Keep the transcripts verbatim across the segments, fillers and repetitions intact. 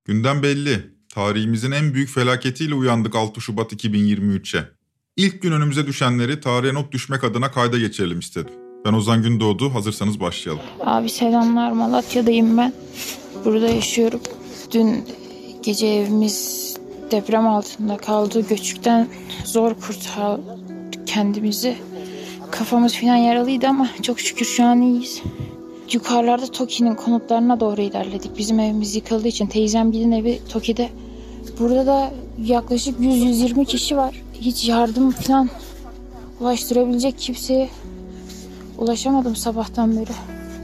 Gündem belli. Tarihimizin en büyük felaketiyle uyandık altı Şubat iki bin yirmi üçe. İlk gün önümüze düşenleri tarihe not düşmek adına kayda geçirelim istedim. Ben Ozan Gündoğdu, hazırsanız başlayalım. Abi selamlar, Malatya'dayım ben. Burada yaşıyorum. Dün gece evimiz deprem altında kaldı. Göçükten zor kurtardık kendimizi. Kafamız falan yaralıydı ama çok şükür şu an iyiyiz. Yukarılarda TOKİ'nin konutlarına doğru ilerledik. Bizim evimiz yıkıldığı için teyzemgilin evi TOKİ'de. Burada da yaklaşık yüz yüz yirmi kişi var. Hiç yardım falan ulaştırabilecek kimseye ulaşamadım sabahtan beri.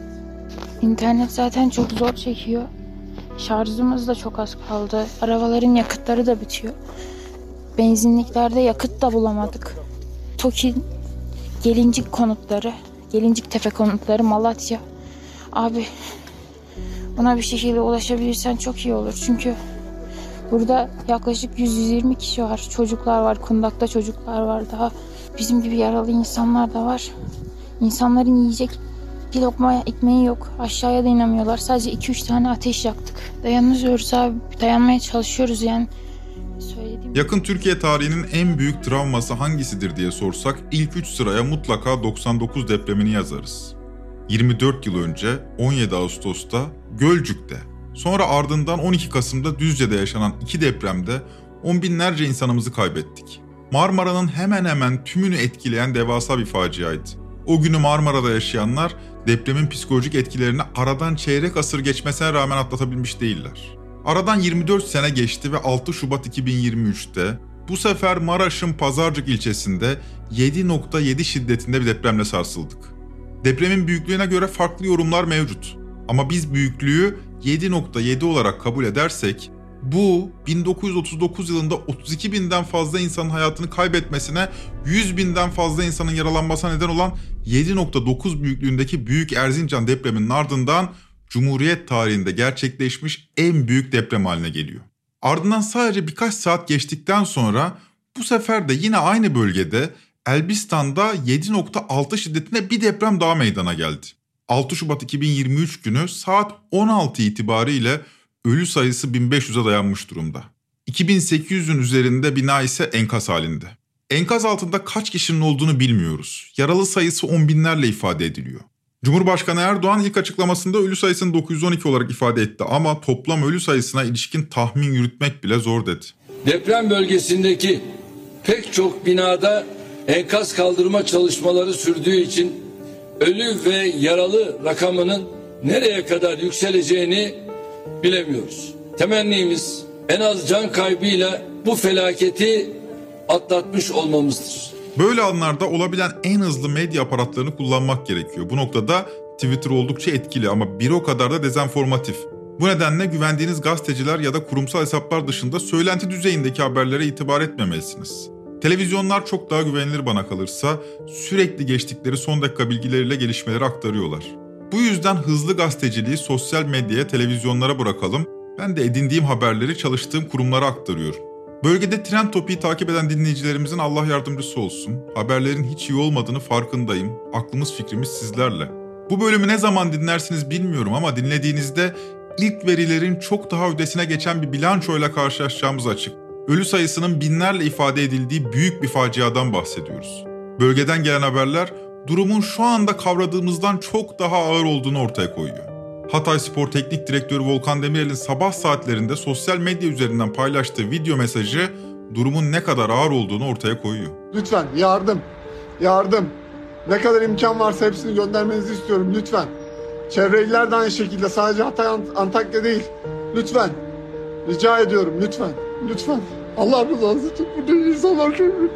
İnternet zaten çok zor çekiyor. Şarjımız da çok az kaldı. Arabaların yakıtları da bitiyor. Benzinliklerde yakıt da bulamadık. TOKİ Gelincik konutları, Gelinciktepe konutları Malatya. Abi buna bir şekilde ulaşabilirsen çok iyi olur. Çünkü burada yaklaşık yüz yüz yirmi kişi var. Çocuklar var, kundakta çocuklar var daha. Bizim gibi yaralı insanlar da var. İnsanların yiyecek bir lokma ekmeği yok. Aşağıya da inemiyorlar. Sadece iki üç tane ateş yaktık. Dayanıyoruz abi. Dayanmaya çalışıyoruz yani. Söylediğim... Yakın Türkiye tarihinin en büyük travması hangisidir diye sorsak ilk üç sıraya mutlaka doksan dokuz depremini yazarız. yirmi dört yıl önce on yedi Ağustos'ta Gölcük'te, sonra ardından on iki Kasım'da Düzce'de yaşanan iki depremde on binlerce insanımızı kaybettik. Marmara'nın hemen hemen tümünü etkileyen devasa bir faciaydı. O günü Marmara'da yaşayanlar depremin psikolojik etkilerini aradan çeyrek asır geçmesine rağmen atlatabilmiş değiller. Aradan yirmi dört sene geçti ve altı Şubat iki bin yirmi üçte bu sefer Maraş'ın Pazarcık ilçesinde yedi nokta yedi şiddetinde bir depremle sarsıldık. Depremin büyüklüğüne göre farklı yorumlar mevcut. Ama biz büyüklüğü yedi nokta yedi olarak kabul edersek, bu bin dokuz yüz otuz dokuz yılında otuz iki binden fazla insanın hayatını kaybetmesine, yüz binden fazla insanın yaralanmasına neden olan yedi nokta dokuz büyüklüğündeki Büyük Erzincan depreminin ardından Cumhuriyet tarihinde gerçekleşmiş en büyük deprem haline geliyor. Ardından sadece birkaç saat geçtikten sonra bu sefer de yine aynı bölgede Elbistan'da yedi nokta altı şiddetinde bir deprem daha meydana geldi. altı Şubat iki bin yirmi üç günü saat on altı itibariyle ölü sayısı bin beş yüze dayanmış durumda. iki bin sekiz yüzün üzerinde bina ise enkaz halinde. Enkaz altında kaç kişinin olduğunu bilmiyoruz. Yaralı sayısı on binlerle ifade ediliyor. Cumhurbaşkanı Erdoğan ilk açıklamasında ölü sayısını dokuz yüz on iki olarak ifade etti ama toplam ölü sayısına ilişkin tahmin yürütmek bile zor dedi. Deprem bölgesindeki pek çok binada enkaz kaldırma çalışmaları sürdüğü için ölü ve yaralı rakamının nereye kadar yükseleceğini bilemiyoruz. Temennimiz en az can kaybıyla bu felaketi atlatmış olmamızdır. Böyle anlarda olabilen en hızlı medya aparatlarını kullanmak gerekiyor. Bu noktada Twitter oldukça etkili ama bir o kadar da dezenformatif. Bu nedenle güvendiğiniz gazeteciler ya da kurumsal hesaplar dışında söylenti düzeyindeki haberlere itibar etmemelisiniz. Televizyonlar çok daha güvenilir bana kalırsa, sürekli geçtikleri son dakika bilgileriyle gelişmeleri aktarıyorlar. Bu yüzden hızlı gazeteciliği sosyal medyaya, televizyonlara bırakalım. Ben de edindiğim haberleri çalıştığım kurumlara aktarıyorum. Bölgede trend topiği takip eden dinleyicilerimizin Allah yardımcısı olsun. Haberlerin hiç iyi olmadığını farkındayım. Aklımız fikrimiz sizlerle. Bu bölümü ne zaman dinlersiniz bilmiyorum ama dinlediğinizde ilk verilerin çok daha ötesine geçen bir bilançoyla karşılaşacağımız açık. Ölü sayısının binlerle ifade edildiği büyük bir faciadan bahsediyoruz. Bölgeden gelen haberler durumun şu anda kavradığımızdan çok daha ağır olduğunu ortaya koyuyor. Hatayspor Teknik Direktörü Volkan Demirel'in sabah saatlerinde sosyal medya üzerinden paylaştığı video mesajı durumun ne kadar ağır olduğunu ortaya koyuyor. Lütfen yardım, yardım. Ne kadar imkan varsa hepsini göndermenizi istiyorum lütfen. Çevre iller de aynı şekilde, sadece Hatay, Antakya değil. Lütfen, rica ediyorum lütfen, lütfen. Allah rızası için burada insanlar çok kötü.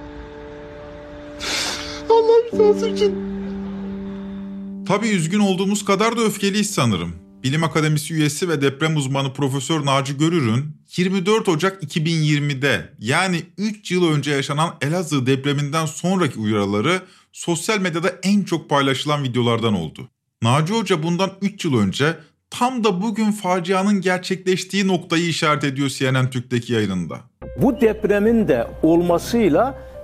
Allah rızası için. Tabii üzgün olduğumuz kadar da öfkeliyiz sanırım. Bilim Akademisi üyesi ve deprem uzmanı Profesör Naci Görür'ün yirmi dört Ocak iki bin yirmide yani üç yıl önce yaşanan Elazığ depreminden sonraki uyarıları sosyal medyada en çok paylaşılan videolardan oldu. Naci Hoca bundan üç yıl önce tam da bugün facianın gerçekleştiği noktayı işaret ediyor C N N Türk'teki yayınında. Bu depremin de olmasıyla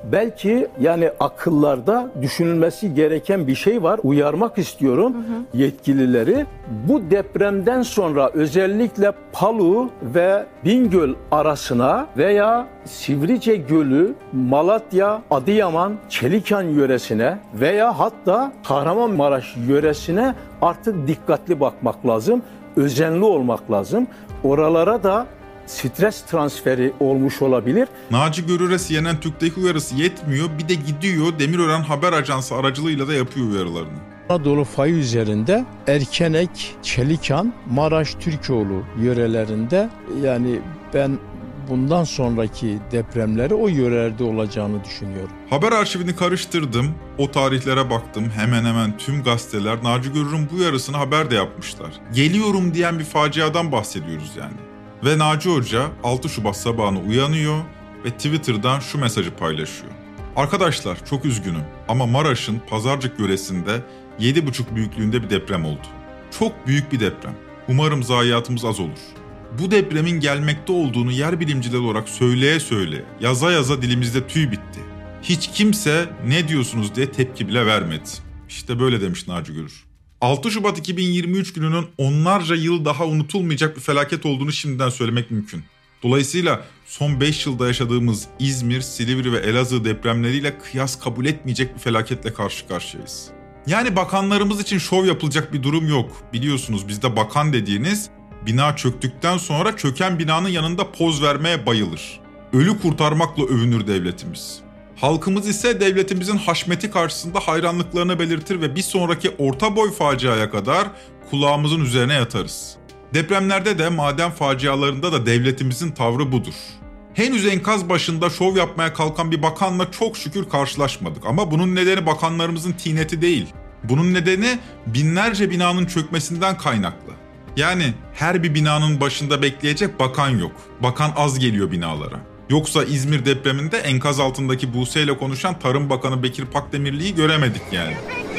belki yani akıllarda düşünülmesi gereken bir şey var. Uyarmak istiyorum hı hı. yetkilileri. Bu depremden sonra özellikle Palu ve Bingöl arasına veya Sivrice Gölü, Malatya, Adıyaman, Çelikan yöresine veya hatta Kahramanmaraş yöresine artık dikkatli bakmak lazım. Özenli olmak lazım. Oralara da stres transferi olmuş olabilir. Naci Görür'e C N N Türk'teki uyarısı yetmiyor. Bir de gidiyor Demirören Haber Ajansı aracılığıyla da yapıyor uyarılarını. Anadolu fayı üzerinde Erkenek, Çelikan, Maraş, Türkoğlu yörelerinde yani ben bundan sonraki depremleri o yörelerde olacağını düşünüyorum. Haber arşivini karıştırdım. O tarihlere baktım. Hemen hemen tüm gazeteler Naci Görür'ün bu uyarısını haber de yapmışlar. Geliyorum diyen bir faciadan bahsediyoruz yani. Ve Naci Hoca altı Şubat sabahına uyanıyor ve Twitter'dan şu mesajı paylaşıyor. Arkadaşlar çok üzgünüm ama Maraş'ın Pazarcık yöresinde yedi buçuk büyüklüğünde bir deprem oldu. Çok büyük bir deprem. Umarım zayiatımız az olur. Bu depremin gelmekte olduğunu yer bilimciler olarak söyleye söyleye, yaza yaza dilimizde tüy bitti. Hiç kimse ne diyorsunuz diye tepki bile vermedi. İşte böyle demiş Naci Görür. altı Şubat iki bin yirmi üç gününün onlarca yıl daha unutulmayacak bir felaket olduğunu şimdiden söylemek mümkün. Dolayısıyla son beş yılda yaşadığımız İzmir, Silivri ve Elazığ depremleriyle kıyas kabul etmeyecek bir felaketle karşı karşıyayız. Yani bakanlarımız için şov yapılacak bir durum yok. Biliyorsunuz bizde bakan dediğiniz bina çöktükten sonra çöken binanın yanında poz vermeye bayılır. Ölü kurtarmakla övünür devletimiz. Halkımız ise devletimizin haşmeti karşısında hayranlıklarını belirtir ve bir sonraki orta boy faciaya kadar kulağımızın üzerine yatarız. Depremlerde de maden facialarında da devletimizin tavrı budur. Henüz enkaz başında şov yapmaya kalkan bir bakanla çok şükür karşılaşmadık ama bunun nedeni bakanlarımızın tineti değil. Bunun nedeni binlerce binanın çökmesinden kaynaklı. Yani her bir binanın başında bekleyecek bakan yok. Bakan az geliyor binalara. Yoksa İzmir depreminde enkaz altındaki Buse ile konuşan Tarım Bakanı Bekir Pakdemirli'yi göremedik yani.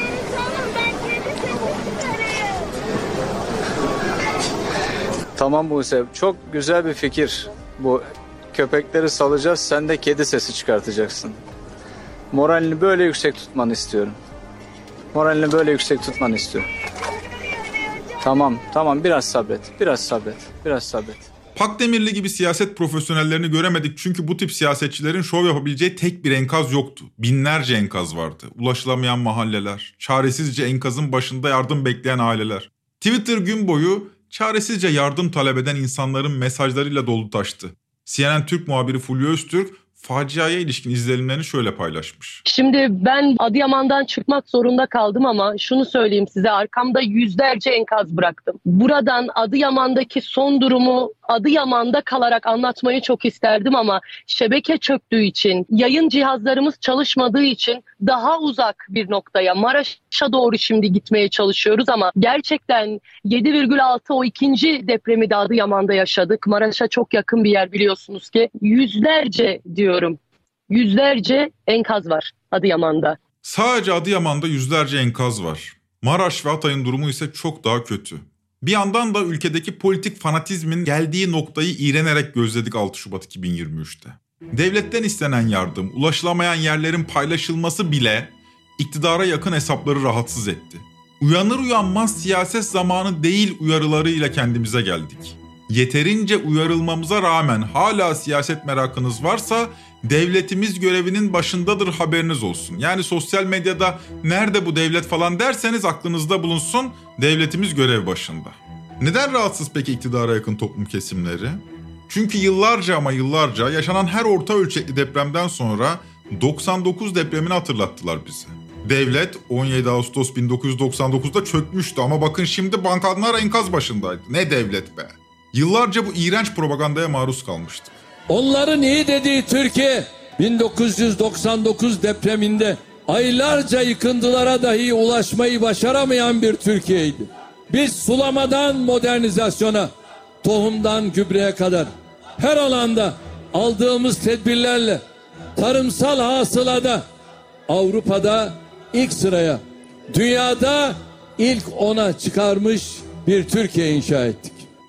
Tamam Buse, çok güzel bir fikir. Bu köpekleri salacağız, sen de kedi sesi çıkartacaksın. Moralini böyle yüksek tutmanı istiyorum. Moralini böyle yüksek tutmanı istiyorum. Tamam, tamam biraz sabret, biraz sabret, biraz sabret. Pakdemirli gibi siyaset profesyonellerini göremedik çünkü bu tip siyasetçilerin şov yapabileceği tek bir enkaz yoktu. Binlerce enkaz vardı. Ulaşılamayan mahalleler, çaresizce enkazın başında yardım bekleyen aileler. Twitter gün boyu çaresizce yardım talep eden insanların mesajlarıyla dolu taştı. C N N Türk muhabiri Fulya Öztürk faciaya ilişkin izlenimlerini şöyle paylaşmış. Şimdi ben Adıyaman'dan çıkmak zorunda kaldım ama şunu söyleyeyim size, arkamda yüzlerce enkaz bıraktım. Buradan Adıyaman'daki son durumu Adıyaman'da kalarak anlatmayı çok isterdim ama şebeke çöktüğü için, yayın cihazlarımız çalışmadığı için daha uzak bir noktaya, Maraş'a doğru şimdi gitmeye çalışıyoruz ama gerçekten yedi virgül altı o ikinci depremi de Adıyaman'da yaşadık. Maraş'a çok yakın bir yer biliyorsunuz ki. Yüzlerce diyorum, yüzlerce enkaz var Adıyaman'da. Sadece Adıyaman'da yüzlerce enkaz var. Maraş ve Hatay'ın durumu ise çok daha kötü. Bir yandan da ülkedeki politik fanatizmin geldiği noktayı iğrenerek gözledik altı Şubat iki bin yirmi üçte. Devletten istenen yardım, ulaşılamayan yerlerin paylaşılması bile iktidara yakın hesapları rahatsız etti. Uyanır uyanmaz siyaset zamanı değil uyarılarıyla kendimize geldik. Yeterince uyarılmamıza rağmen hala siyaset merakınız varsa devletimiz görevinin başındadır, haberiniz olsun. Yani sosyal medyada nerede bu devlet falan derseniz aklınızda bulunsun, devletimiz görev başında. Neden rahatsız peki iktidara yakın toplum kesimleri? Çünkü yıllarca ama yıllarca yaşanan her orta ölçekli depremden sonra doksan dokuz depremini hatırlattılar bize. Devlet on yedi Ağustos bin dokuz yüz doksan dokuzda çökmüştü ama bakın şimdi bankanlar enkaz başındaydı. Ne devlet be? Yıllarca bu iğrenç propagandaya maruz kalmıştık. Onların iyi dediği Türkiye bin dokuz yüz doksan dokuz depreminde aylarca yıkıntılara dahi ulaşmayı başaramayan bir Türkiye'ydi. Biz sulamadan modernizasyona, tohumdan gübreye kadar her alanda aldığımız tedbirlerle tarımsal hasılada Avrupa'da ilk sıraya, dünyada ilk ona çıkarmış bir Türkiye inşa ettik.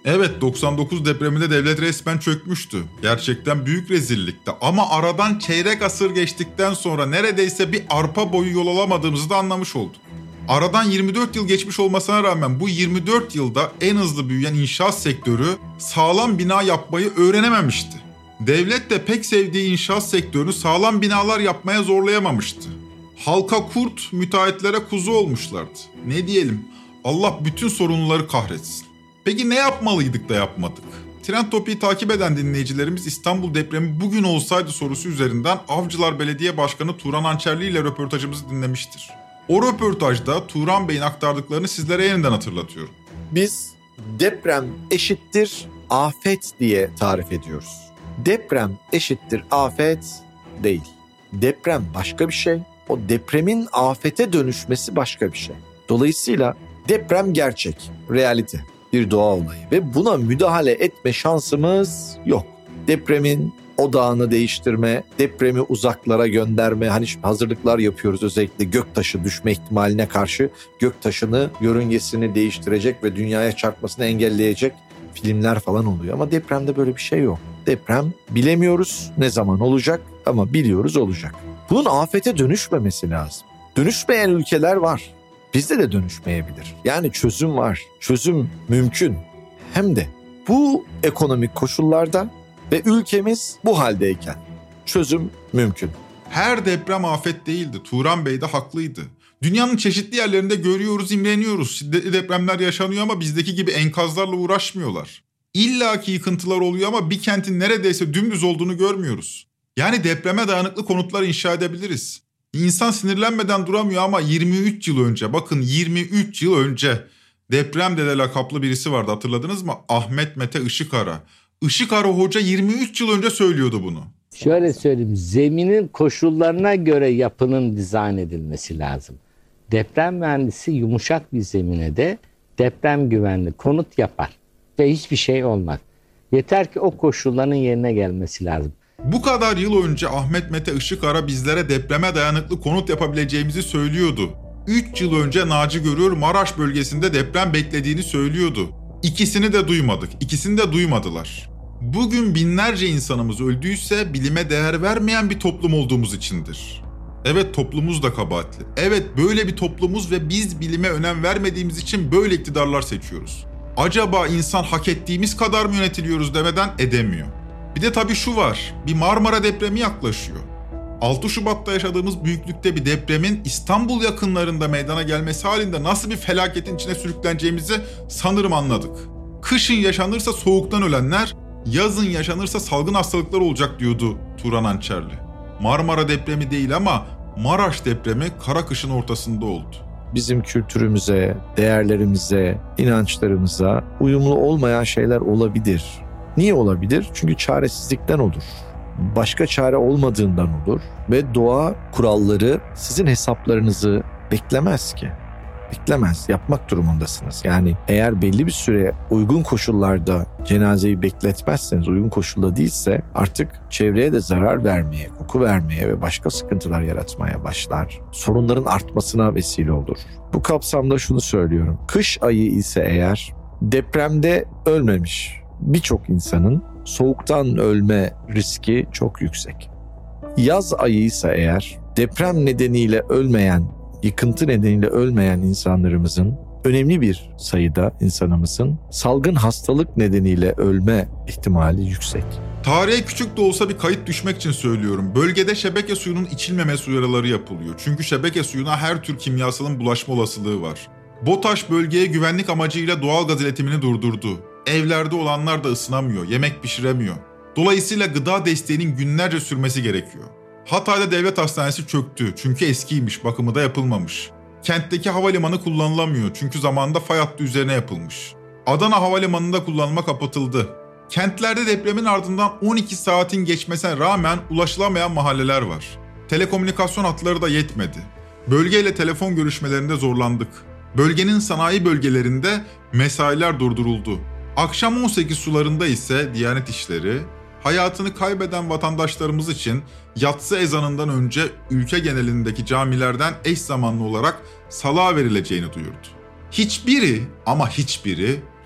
Evet, doksan dokuz depreminde devlet resmen çökmüştü. Gerçekten büyük rezillikti. Ama aradan çeyrek asır geçtikten sonra neredeyse bir arpa boyu yol alamadığımızı da anlamış olduk. Aradan yirmi dört yıl geçmiş olmasına rağmen bu yirmi dört yılda en hızlı büyüyen inşaat sektörü sağlam bina yapmayı öğrenememişti. Devlet de pek sevdiği inşaat sektörünü sağlam binalar yapmaya zorlayamamıştı. Halka kurt, müteahhitlere kuzu olmuşlardı. Ne diyelim, Allah bütün sorunları kahretsin. Peki ne yapmalıydık da yapmadık? Trend Topi'yi takip eden dinleyicilerimiz İstanbul depremi bugün olsaydı sorusu üzerinden Avcılar Belediye Başkanı Turan Ançerli ile röportajımızı dinlemiştir. O röportajda Turan Bey'in aktardıklarını sizlere yeniden hatırlatıyorum. Biz deprem eşittir afet diye tarif ediyoruz. Deprem eşittir afet değil. Deprem başka bir şey. O depremin afete dönüşmesi başka bir şey. Dolayısıyla deprem gerçek, realite, bir doğa olayı ve buna müdahale etme şansımız yok. Depremin odağını değiştirme, depremi uzaklara gönderme, hani şimdi hazırlıklar yapıyoruz özellikle göktaşı düşme ihtimaline karşı göktaşını, yörüngesini değiştirecek ve dünyaya çarpmasını engelleyecek filmler falan oluyor. Ama depremde böyle bir şey yok. Deprem bilemiyoruz ne zaman olacak ama biliyoruz olacak. Bunun afete dönüşmemesi lazım. Dönüşmeyen ülkeler var. Bizde de dönüşmeyebilir. Yani çözüm var. Çözüm mümkün. Hem de bu ekonomik koşullarda ve ülkemiz bu haldeyken çözüm mümkün. Her deprem afet değildi. Turan Bey de haklıydı. Dünyanın çeşitli yerlerinde görüyoruz, imreniyoruz. Şiddetli depremler yaşanıyor ama bizdeki gibi enkazlarla uğraşmıyorlar. İlla ki yıkıntılar oluyor ama bir kentin neredeyse dümdüz olduğunu görmüyoruz. Yani depreme dayanıklı konutlar inşa edebiliriz. İnsan sinirlenmeden duramıyor ama yirmi üç yıl önce, bakın yirmi üç yıl önce deprem dede lakaplı birisi vardı, hatırladınız mı? Ahmet Mete Işıkara. Işıkara Hoca yirmi üç yıl önce söylüyordu bunu. Şöyle söyleyeyim, zeminin koşullarına göre yapının dizayn edilmesi lazım. Deprem mühendisi yumuşak bir zemine de deprem güvenli konut yapar ve hiçbir şey olmaz. Yeter ki o koşulların yerine gelmesi lazım. Bu kadar yıl önce Ahmet Mete Işıkara bizlere depreme dayanıklı konut yapabileceğimizi söylüyordu. üç yıl önce Naci Görür Maraş bölgesinde deprem beklediğini söylüyordu. İkisini de duymadık, ikisini de duymadılar. Bugün binlerce insanımız öldüyse bilime değer vermeyen bir toplum olduğumuz içindir. Evet, toplumumuz da kabahatli. Evet, böyle bir toplumuz ve biz bilime önem vermediğimiz için böyle iktidarlar seçiyoruz. Acaba insan hak ettiğimiz kadar mı yönetiliyoruz demeden edemiyor. Bir de tabii şu var, bir Marmara depremi yaklaşıyor. altı Şubat'ta yaşadığımız büyüklükte bir depremin İstanbul yakınlarında meydana gelmesi halinde nasıl bir felaketin içine sürükleneceğimizi sanırım anladık. Kışın yaşanırsa soğuktan ölenler, yazın yaşanırsa salgın hastalıklar olacak diyordu Turan Ançerli. Marmara depremi değil ama Maraş depremi kara kışın ortasında oldu. Bizim kültürümüze, değerlerimize, inançlarımıza uyumlu olmayan şeyler olabilir. Niye olabilir? Çünkü çaresizlikten olur. Başka çare olmadığından olur ve doğa kuralları sizin hesaplarınızı beklemez ki. Beklemez, yapmak durumundasınız. Yani eğer belli bir süre uygun koşullarda cenazeyi bekletmezseniz, uygun koşulda değilse artık çevreye de zarar vermeye, koku vermeye ve başka sıkıntılar yaratmaya başlar. Sorunların artmasına vesile olur. Bu kapsamda şunu söylüyorum. Kış ayı ise eğer depremde ölmemiş birçok insanın soğuktan ölme riski çok yüksek. Yaz ayı ise eğer deprem nedeniyle ölmeyen, yıkıntı nedeniyle ölmeyen insanlarımızın, önemli bir sayıda insanımızın salgın hastalık nedeniyle ölme ihtimali yüksek. Tarihe küçük de olsa bir kayıt düşmek için söylüyorum. Bölgede şebeke suyunun içilmemesi uyarıları yapılıyor. Çünkü şebeke suyuna her tür kimyasalın bulaşma olasılığı var. BOTAŞ bölgeye güvenlik amacıyla doğalgaz iletimini durdurdu. Evlerde olanlar da ısınamıyor, yemek pişiremiyor. Dolayısıyla gıda desteğinin günlerce sürmesi gerekiyor. Hatay'da devlet hastanesi çöktü çünkü eskiymiş, bakımı da yapılmamış. Kentteki havalimanı kullanılamıyor çünkü zamanında fay hattı üzerine yapılmış. Adana havalimanında kullanıma kapatıldı. Kentlerde depremin ardından on iki saatin geçmesine rağmen ulaşılamayan mahalleler var. Telekomünikasyon hatları da yetmedi. Bölgeyle telefon görüşmelerinde zorlandık. Bölgenin sanayi bölgelerinde mesailer durduruldu. Akşam on sekiz sularında ise Diyanet İşleri, hayatını kaybeden vatandaşlarımız için yatsı ezanından önce ülke genelindeki camilerden eş zamanlı olarak salağa verileceğini duyurdu. Hiçbiri ama hiçbiri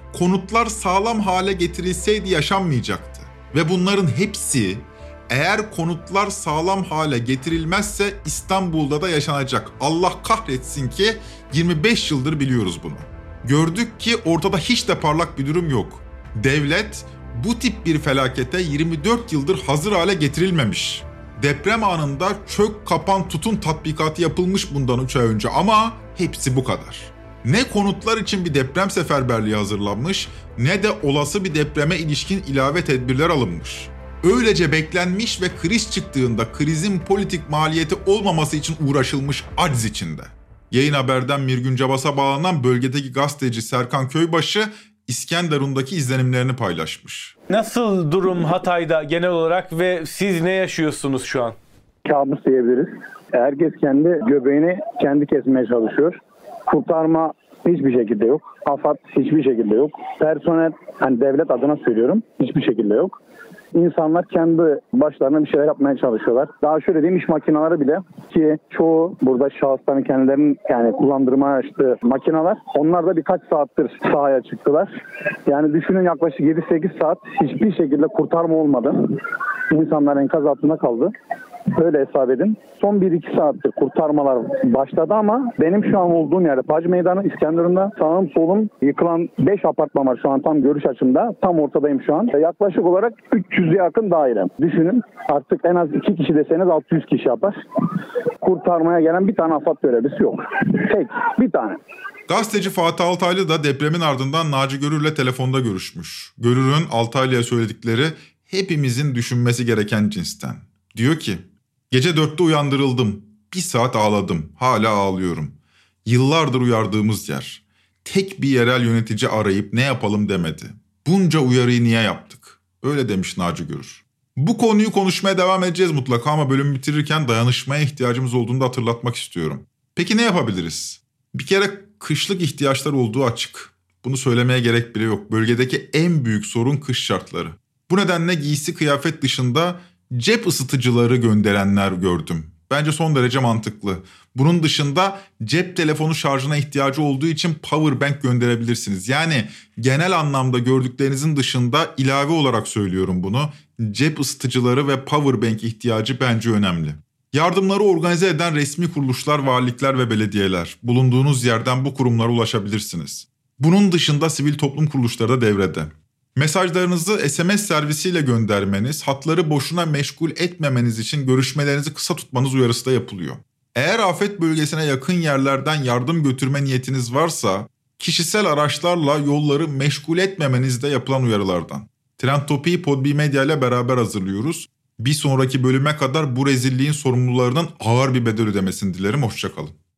konutlar sağlam hale getirilseydi yaşanmayacaktı. Ve bunların hepsi eğer konutlar sağlam hale getirilmezse İstanbul'da da yaşanacak. Allah kahretsin ki yirmi beş yıldır biliyoruz bunu. Gördük ki ortada hiç de parlak bir durum yok. Devlet bu tip bir felakete yirmi dört yıldır hazır hale getirilmemiş. Deprem anında çök kapan tutun tatbikatı yapılmış bundan üç ay önce ama hepsi bu kadar. Ne konutlar için bir deprem seferberliği hazırlanmış ne de olası bir depreme ilişkin ilave tedbirler alınmış. Öylece beklenmiş ve kriz çıktığında krizin politik maliyeti olmaması için uğraşılmış aciz içinde. Yayın Haber'den Mirgün Cabas'a bağlanan bölgedeki gazeteci Serkan Köybaşı İskenderun'daki izlenimlerini paylaşmış. Nasıl durum Hatay'da genel olarak ve siz ne yaşıyorsunuz şu an? Kabus diyebiliriz. Herkes kendi göbeğini kendi kesmeye çalışıyor. Kurtarma hiçbir şekilde yok. AFAD hiçbir şekilde yok. Personel, hani devlet adına söylüyorum, hiçbir şekilde yok. İnsanlar kendi başlarına bir şeyler yapmaya çalışıyorlar. Daha şöyle diyeyim, iş makineleri bile ki çoğu burada şahısların kendilerinin yani kullandırmaya açtığı makineler, onlar da birkaç saattir sahaya çıktılar. Yani düşünün yaklaşık yedi sekiz saat hiçbir şekilde kurtarma olmadı. İnsanlar enkaz altında kaldı. Öyle hesap edin. Son bir iki saattir kurtarmalar başladı ama benim şu an olduğum yerde Pac Meydanı İskenderun'da sağım solum yıkılan beş apartman var şu an tam görüş açımda. Tam ortadayım şu an. Yaklaşık olarak üç yüze yakın daire. Düşünün artık en az iki kişi deseniz altı yüz kişi yapar. Kurtarmaya gelen bir tane AFAD görevlisi yok. Tek bir tane. Gazeteci Fatih Altaylı da depremin ardından Naci Görür'le telefonda görüşmüş. Görür'ün Altaylı'ya söyledikleri hepimizin düşünmesi gereken cinsten. Diyor ki, gece dörtte uyandırıldım. Bir saat ağladım. Hala ağlıyorum. Yıllardır uyardığımız yer. Tek bir yerel yönetici arayıp ne yapalım demedi. Bunca uyarıyı niye yaptık? Öyle demiş Naci Görür. Bu konuyu konuşmaya devam edeceğiz mutlaka ama bölümü bitirirken dayanışmaya ihtiyacımız olduğunu da hatırlatmak istiyorum. Peki ne yapabiliriz? Bir kere kışlık ihtiyaçlar olduğu açık. Bunu söylemeye gerek bile yok. Bölgedeki en büyük sorun kış şartları. Bu nedenle giysi kıyafet dışında cep ısıtıcıları gönderenler gördüm. Bence son derece mantıklı. Bunun dışında cep telefonu şarjına ihtiyacı olduğu için power bank gönderebilirsiniz. Yani genel anlamda gördüklerinizin dışında ilave olarak söylüyorum bunu. Cep ısıtıcıları ve power bank ihtiyacı bence önemli. Yardımları organize eden resmi kuruluşlar, valilikler ve belediyeler. Bulunduğunuz yerden bu kurumlara ulaşabilirsiniz. Bunun dışında sivil toplum kuruluşları da devrede. Mesajlarınızı S M S servisiyle göndermeniz, hatları boşuna meşgul etmemeniz için görüşmelerinizi kısa tutmanız uyarısı da yapılıyor. Eğer afet bölgesine yakın yerlerden yardım götürme niyetiniz varsa, kişisel araçlarla yolları meşgul etmemeniz de yapılan uyarılardan. Trend Topi'yi Podbi Medya ile beraber hazırlıyoruz. Bir sonraki bölüme kadar bu rezilliğin sorumlularının ağır bir bedel ödemesini dilerim. Hoşça kalın.